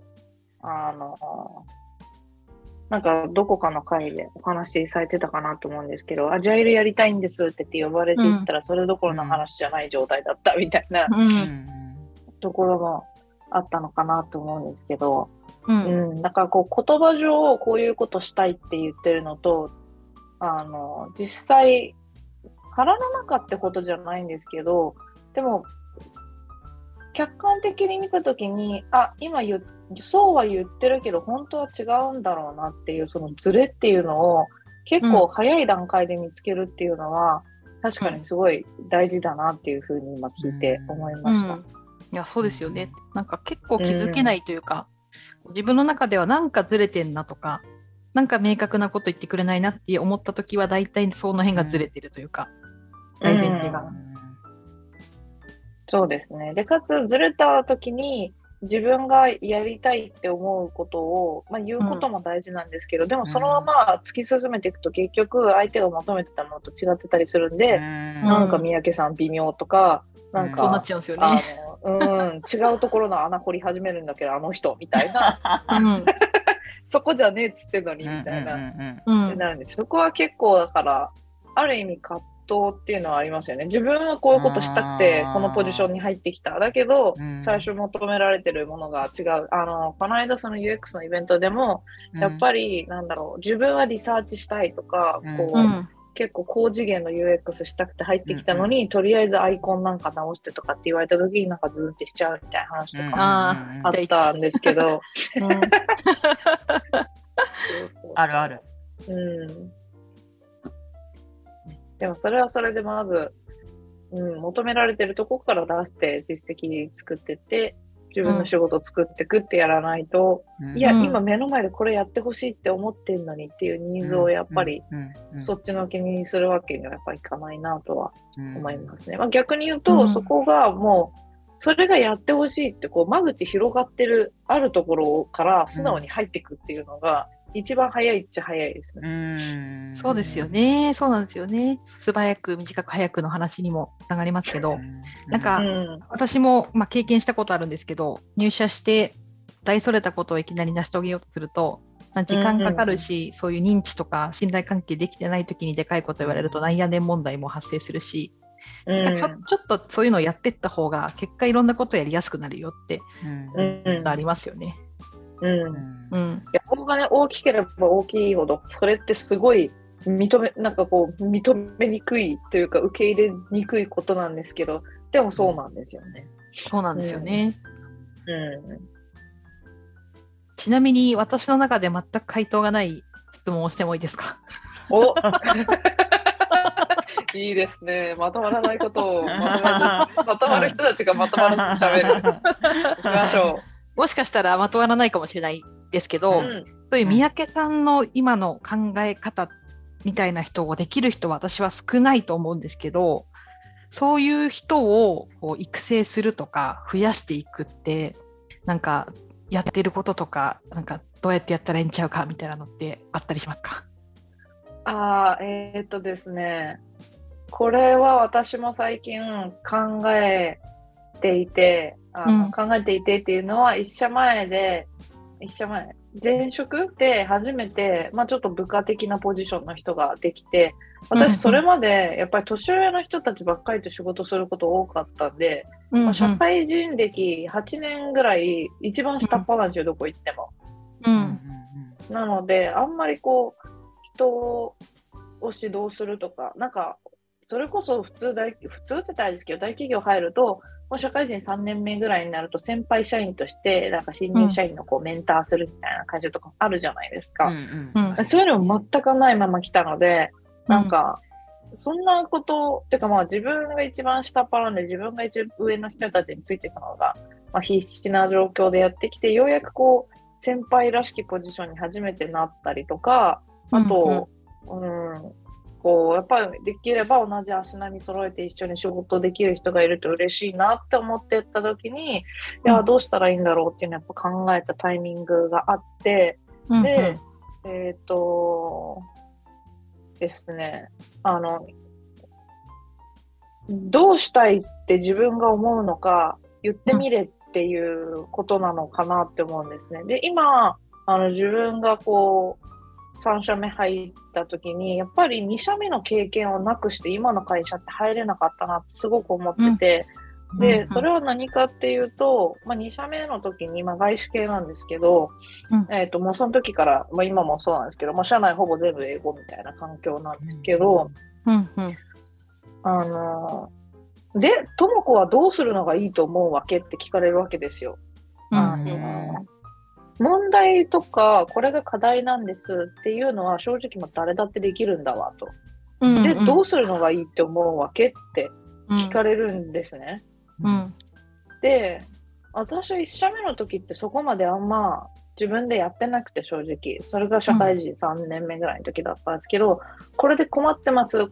[SPEAKER 3] なんかどこかの会でお話しされてたかなと思うんですけど、アジャイルやりたいんですって呼ばれていったらそれどころの話じゃない状態だったみたいなところもあったのかなと思うんですけど、だからこう言葉上こういうことしたいって言ってるのと、実際腹の中ってことじゃないんですけど、でも客観的に見たときに、今そうは言ってるけど本当は違うんだろうなっていうそのズレっていうのを結構早い段階で見つけるっていうのは、確かにすごい大事だなっていうふうに今聞いて思いました。
[SPEAKER 2] いや、そうですよね。なんか結構気づけないというか、自分の中ではなんかずれてんなとか、なんか明確なこと言ってくれないなって思ったときは大体その辺がずれてるというか、大前提が。
[SPEAKER 3] そうですね。で、かつずれたときに自分がやりたいって思うことを、言うことも大事なんですけど、でもそのまま突き進めていくと結局相手が求めてたものと違ってたりするんで、なんか三宅さん微妙とか、なんか、
[SPEAKER 2] そうなっちゃうんですよね。
[SPEAKER 3] 違うところの穴掘り始めるんだけど、あの人みたいな、そこじゃねえっつってんのにみたいな、なるんです。そこは結構だから、ある意味葛藤っていうのはありますよね。自分はこういうことしたくてこのポジションに入ってきた。だけど、最初求められてるものが違う。この間その UX のイベントでも、やっぱりなんだろう、自分はリサーチしたいとか、結構高次元の UX したくて入ってきたのに、とりあえずアイコンなんか直してとかって言われた時になんかズーンってしちゃうみたいな話とかあったんですけど。
[SPEAKER 1] あるある。
[SPEAKER 3] でもそれはそれでまず、求められてるとこから出して実績作ってって自分の仕事を作っていくってやらないと、いや今目の前でこれやってほしいって思ってんのにっていうニーズをやっぱりそっちのけにするわけにはやっぱいかないなとは思いますね。逆に言うと、そこがもうそれがやってほしいってこう間口広がってるあるところから素直に入っていくっていうのが、一番早いっちゃ早いですね。
[SPEAKER 2] そうですよね。そうなんですよね。素早く短く早くの話にもつながりますけど、なんか、私も、経験したことあるんですけど、入社して大それたことをいきなり成し遂げようとすると、時間かかるし、そういう認知とか信頼関係できてない時にでかいこと言われるとなんやねん問題も発生するし、ちょっとそういうのをやっていった方が結果いろんなことやりやすくなるよってありますよね。
[SPEAKER 3] 方がね、大きければ大きいほどそれってすごい認めにくいというか受け入れにくいことなんですけど、でもそうなんですよね。
[SPEAKER 2] そうなんですよね。ちなみに私の中で全く回答がない質問をしてもいいですか？
[SPEAKER 3] いいですね。まとまらないことをまとまる人たちがまとまらず喋る。行きましょ
[SPEAKER 2] う。もしかしたらまとまらないかもしれないですけど、そういう三宅さんの今の考え方みたいな人をできる人は私は少ないと思うんですけど、そういう人をこう育成するとか増やしていくってなんかやってることとか、なんかどうやってやったらいいんちゃうかみたいなのってあったりしますか？
[SPEAKER 3] ですね、 これは私も最近考えていて、考えていてっていうのは、1社前、前職で初めて、ちょっと部下的なポジションの人ができて、私それまでやっぱり年上の人たちばっかりと仕事すること多かったんで、社会人歴8年ぐらい一番下っ端なんですよ、どこ行っても。なので、あんまりこう、人を指導するとか、なんか、それこそ普通って言ったらですけど、大企業入ると、もう社会人3年目ぐらいになると、先輩社員として、なんか新入社員のこうメンターするみたいな感じとかあるじゃないですか。そういうのも全くないまま来たので、なんか、そんなこと、てか自分が一番下っ端なんで、自分が一番上の人たちについていくのが、必死な状況でやってきて、ようやくこう、先輩らしきポジションに初めてなったりとか、あと、こうやっぱりできれば同じ足並み揃えて一緒に仕事できる人がいると嬉しいなって思ってった時に、いやどうしたらいいんだろうっていうのをやっぱ考えたタイミングがあって、で、ですね、どうしたいって自分が思うのか言ってみれっていうことなのかなって思うんですね。で、今、自分がこう、3社目入った時に、やっぱり2社目の経験をなくして今の会社って入れなかったなってすごく思ってて、で、それは何かっていうと、2社目の時に、外資系なんですけど、もうその時から、今もそうなんですけど、社内ほぼ全部英語みたいな環境なんですけど、で、ともこはどうするのがいいと思うわけって聞かれるわけですよ。問題とか、これが課題なんですっていうのは正直誰だってできるんだわと。で、どうするのがいいって思うわけって聞かれるんですね。で、私1社目の時ってそこまであんま自分でやってなくて正直。それが社会人3年目ぐらいの時だったんですけど、これで困ってますって、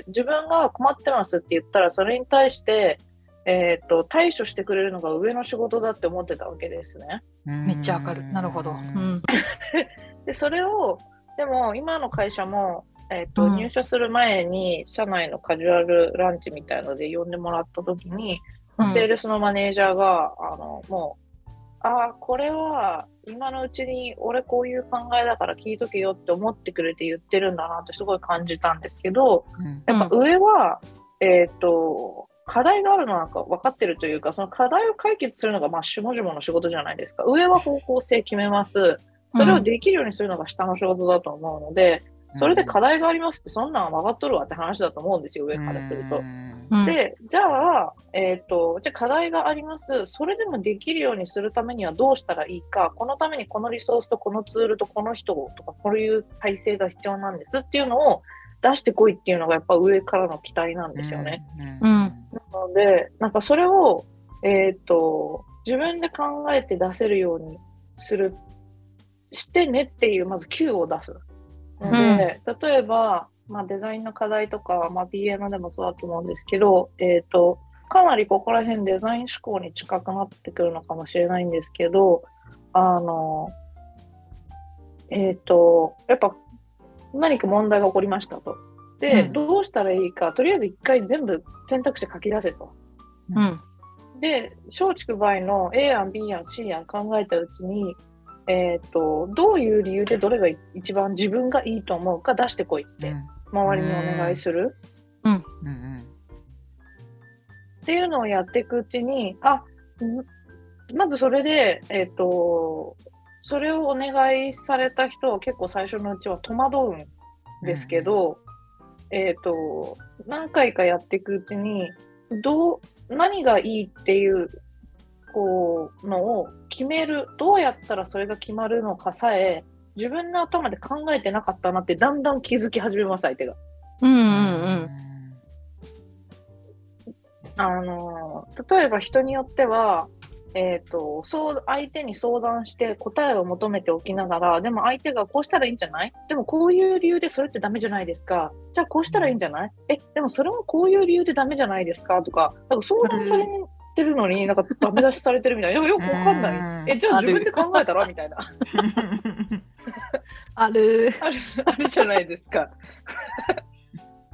[SPEAKER 3] 自分が困ってますって言ったらそれに対して、対処してくれるのが上の仕事だって思ってたわけですね。
[SPEAKER 2] めっちゃわかる。なるほど。
[SPEAKER 3] で、それを、でも今の会社も、入社する前に社内のカジュアルランチみたいので呼んでもらった時に、セールスのマネージャーが、もう、これは今のうちに俺こういう考えだから聞いとけよって思ってくれて言ってるんだなってすごい感じたんですけど、やっぱ上は、課題があるのは分かってるというか、その課題を解決するのが下々の仕事じゃないですか。上は方向性決めます。それをできるようにするのが下の仕事だと思うので、それで課題がありますってそんなん分かっとるわって話だと思うんですよ、上からすると。で、じゃあ、課題があります。それでもできるようにするためにはどうしたらいいか、このためにこのリソースとこのツールとこの人とか、こういう体制が必要なんですっていうのを出してこいっていうのがやっぱ上からの期待なんですよね。なので、なんかそれを、自分で考えて出せるようにしてねっていう、まず Q を出す。ので、例えば、デザインの課題とか、PM でもそうだと思うんですけど、かなりここら辺デザイン思考に近くなってくるのかもしれないんですけど、やっぱ何か問題が起こりましたと。で、どうしたらいいか、とりあえず一回全部選択肢書き出せと。で、松竹梅の A 案、B 案、C 案考えたうちに、どういう理由でどれが一番自分がいいと思うか出してこいって、周りにお願いする。っていうのをやっていくうちに、まずそれで、それをお願いされた人は結構最初のうちは戸惑うんですけど、何回かやっていくうちに、何がいいっていうのを決める、どうやったらそれが決まるのかさえ自分の頭で考えてなかったなってだんだん気づき始めます、相手が。例えば人によっては、相手に相談して答えを求めておきながら、でも相手がこうしたらいいんじゃない？でもこういう理由でそれってダメじゃないですか。じゃあこうしたらいいんじゃない？でもそれもこういう理由でダメじゃないですかとか、なんか相談されてるのになんかダメ出しされてるみたいな。よくわかんない。じゃあ自分で考えたらみたいな。
[SPEAKER 2] ある
[SPEAKER 3] じゃないですか。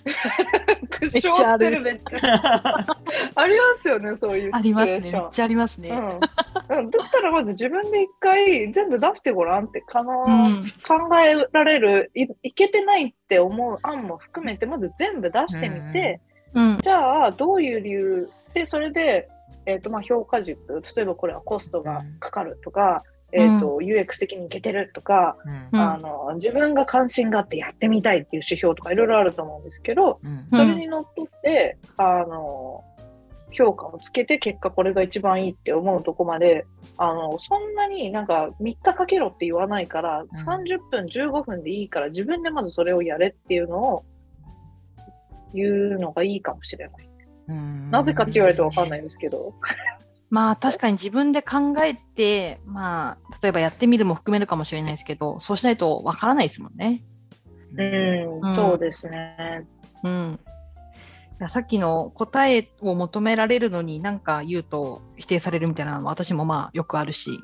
[SPEAKER 3] 苦笑してるめっちゃ。ありますよね、そういう
[SPEAKER 2] あ
[SPEAKER 3] シチ
[SPEAKER 2] りますね。め
[SPEAKER 3] ュエーション。
[SPEAKER 2] っちゃありますね。
[SPEAKER 3] だったらまず自分で一回全部出してごらんって考えられる、いけてないって思う案も含めて、まず全部出してみて、じゃあどういう理由で、それで、評価軸、例えばこれはコストがかかるとか、UX 的にいけてるとか、自分が関心があってやってみたいっていう指標とかいろいろあると思うんですけど、それにのっとって、評価をつけて結果これが一番いいって思うとこまで、そんなになんか3日かけろって言わないから、30分、15分でいいから自分でまずそれをやれっていうのを言うのがいいかもしれない。なぜかって言われるとわかんないですけど。
[SPEAKER 2] まあ確かに自分で考えて、まあ例えばやってみるも含めるかもしれないですけど、そうしないとわからないですもんね。
[SPEAKER 3] そうですね。
[SPEAKER 2] さっきの答えを求められるのに何か言うと否定されるみたいなのは私もまあよくあるし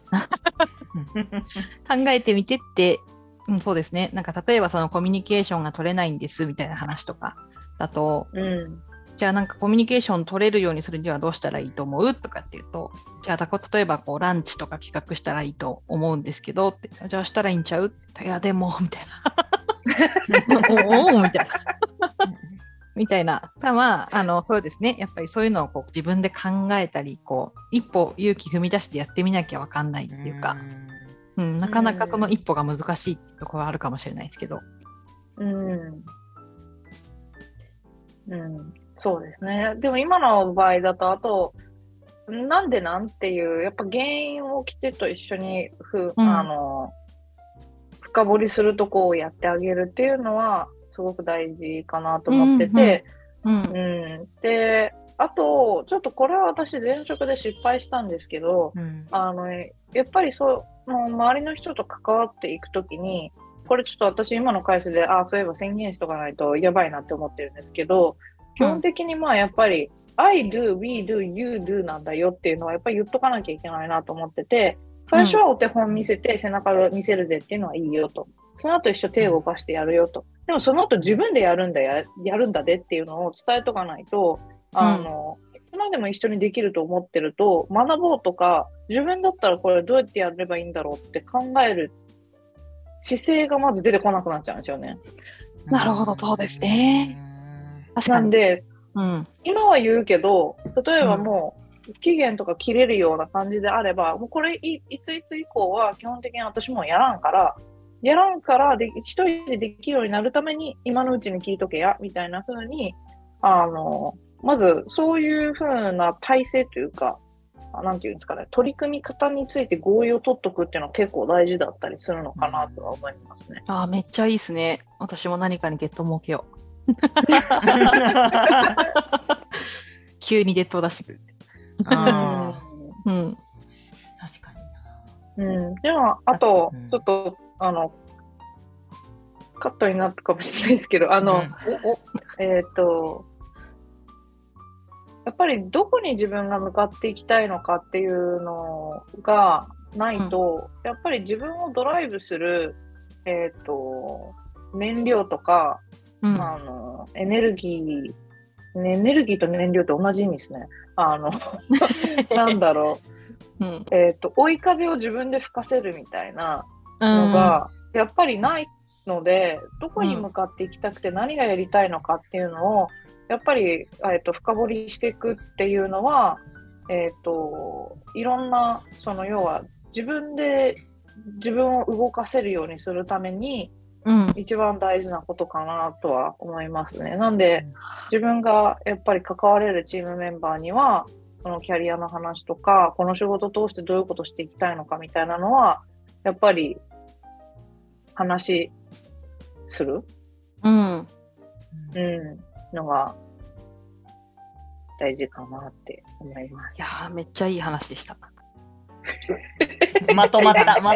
[SPEAKER 2] 考えてみてって、そうですね。なんか例えばそのコミュニケーションが取れないんですみたいな話とかだと、じゃあなんかコミュニケーション取れるようにするにはどうしたらいいと思うとかっていうと、じゃあ例えばこうランチとか企画したらいいと思うんですけどって、じゃあしたらいいんちゃう？いやでもみたいなおおみたいなみたいな。まあそうですね。やっぱりそういうのをこう自分で考えたり、こう一歩勇気踏み出してやってみなきゃわかんないっていうか、なかなかその一歩が難しいっていうところはあるかもしれないですけど。
[SPEAKER 3] そうですね。でも今の場合だと、あと、なんでなんていう、やっぱ原因をきちっと一緒に深掘りするとこをやってあげるっていうのは、すごく大事かなと思ってて、で、あと、ちょっとこれは私前職で失敗したんですけど、やっぱり周りの人と関わっていくときに、これちょっと私今の会社で、そういえば宣言しとかないとやばいなって思ってるんですけど、基本的にまあやっぱり、I do, we do, you do なんだよっていうのはやっぱり言っとかなきゃいけないなと思ってて、最初はお手本見せて背中を見せるぜっていうのはいいよと。その後一緒手を動かしてやるよと。でもその後自分でやるんだでっていうのを伝えとかないと、いつまでも一緒にできると思ってると、学ぼうとか、自分だったらこれどうやってやればいいんだろうって考える姿勢がまず出てこなくなっちゃうんですよね。
[SPEAKER 2] なるほど、そうですね。
[SPEAKER 3] なんで、今は言うけど、例えばもう期限とか切れるような感じであれば、もうこれいついつ以降は基本的に私もやらんから一人でできるようになるために今のうちに聞いとけやみたいな風にまずそういう風な体制というか、なんていうんですかね、取り組み方について合意を取っとくっていうのは結構大事だったりするのかなとは思いますね。
[SPEAKER 2] めっちゃいいですね。私も何かにゲット設けよう。急にゲットを出してくる。
[SPEAKER 1] 確か
[SPEAKER 3] に。でもあと、ちょっとカットになったかもしれないですけど、やっぱりどこに自分が向かっていきたいのかっていうのがないと、やっぱり自分をドライブする、燃料とか、エネルギーと燃料って同じ意味ですね。なんだろう。追い風を自分で吹かせるみたいなのが、やっぱりないので、どこに向かっていきたくて何がやりたいのかっていうのを、やっぱり、深掘りしていくっていうのは、いろんな、要は自分で自分を動かせるようにするために、一番大事なことかなとは思いますね。なんで、自分がやっぱり関われるチームメンバーには、そのキャリアの話とか、この仕事を通してどういうことをしていきたいのかみたいなのは、やっぱり話するのが大事かなって思います。
[SPEAKER 2] いやー、めっちゃいい話でした。
[SPEAKER 1] まとまってしまった。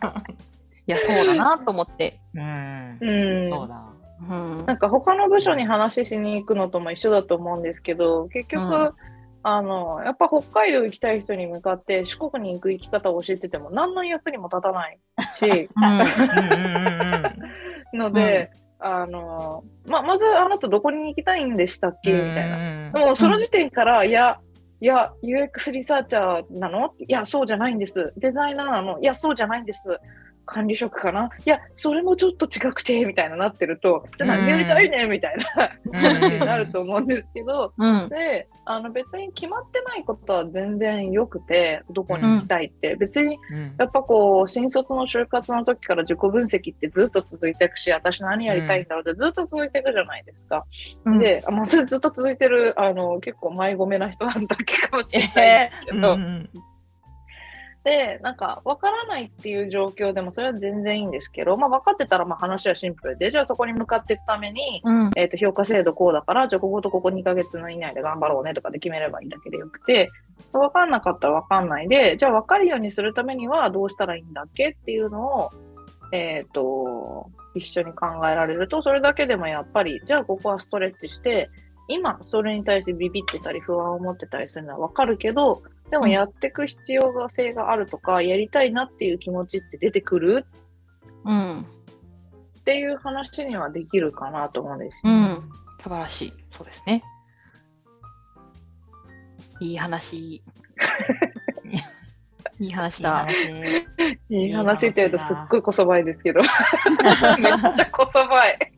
[SPEAKER 2] いや、そうだなと思って。
[SPEAKER 1] そうだ。
[SPEAKER 3] なんか他の部署に話しに行くのとも一緒だと思うんですけど、結局、やっぱ北海道行きたい人に向かって四国に行く生き方を教えてても何の役にも立たないし、 ので、まずあなたどこに行きたいんでしたっけみたいな。でもその時点から、いや、UX リサーチャーなの？いや、そうじゃないんです。デザイナーなの？いや、そうじゃないんです。管理職かな？いや、それもちょっと違くて、みたいななってると、じゃあ何やりたいねみたいな話になると思うんですけど、で、別に決まってないことは全然良くて、どこに行きたいって、別に、やっぱこう、新卒の就活の時から自己分析ってずっと続いていくし、私何やりたいんだろうってずっと続いていくじゃないですか。で、ずっと続いてる、結構迷子めな人なんだっけかもしれないんですけど、で、なんか、わからないっていう状況でも、それは全然いいんですけど、まあ、分かってたら、まあ、話はシンプルで、じゃあそこに向かっていくために、評価制度こうだから、じゃあこことここ2ヶ月の以内で頑張ろうねとかで決めればいいだけでよくて、分かんなかったら分かんないで、じゃあ分かるようにするためにはどうしたらいいんだっけっていうのを、一緒に考えられると、それだけでもやっぱり、じゃあここはストレッチして、今、それに対してビビってたり不安を持ってたりするのは分かるけど、でもやっていく必要性があるとか、やりたいなっていう気持ちって出てくる、っていう話にはできるかなと思うんですよ、ね。
[SPEAKER 2] 素晴らしい。そうですね。いい話。いい話だ。
[SPEAKER 3] いい話って言うとすっごいこそばいですけど。めっちゃこそばい。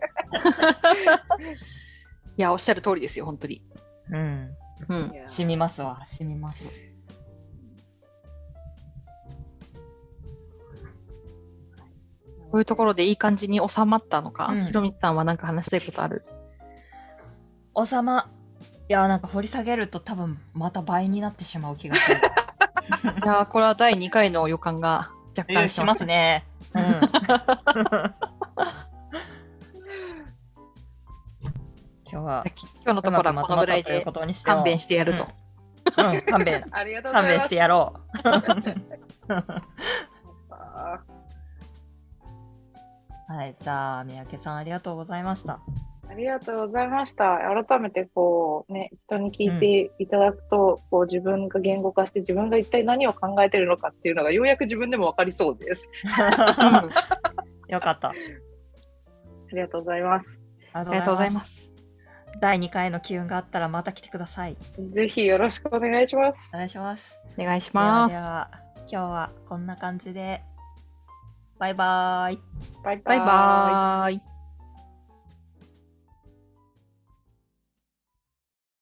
[SPEAKER 2] いや、おっしゃる通りですよ、本当に。
[SPEAKER 1] 染みますわ、染みます。
[SPEAKER 2] こういうところでいい感じに収まったのか、ひろみさんは何か話したいことある？
[SPEAKER 1] いや、なんか掘り下げると多分また倍になってしまう気がする。い
[SPEAKER 2] や、これは第2回の予感が若干
[SPEAKER 1] しますね。今
[SPEAKER 2] 日のところはこのぐらいで勘弁してやると。
[SPEAKER 1] 勘弁してやろう。はい、じゃあ三宅さんありがとうございました。
[SPEAKER 3] ありがとうございました。改めてこうね、人に聞いていただくと、こう自分が言語化して自分が一体何を考えているのかっていうのがようやく自分でも分かりそうです。
[SPEAKER 1] よかった。あ
[SPEAKER 3] りがとうございます。
[SPEAKER 2] ありがとうございます。
[SPEAKER 1] 第2回の機運があったらまた来てください。
[SPEAKER 3] ぜひよろしくお願いします。
[SPEAKER 1] お願いします。
[SPEAKER 2] お願いします。
[SPEAKER 1] では今日はこんな感じで。バイバーイ。
[SPEAKER 3] バイバーイ。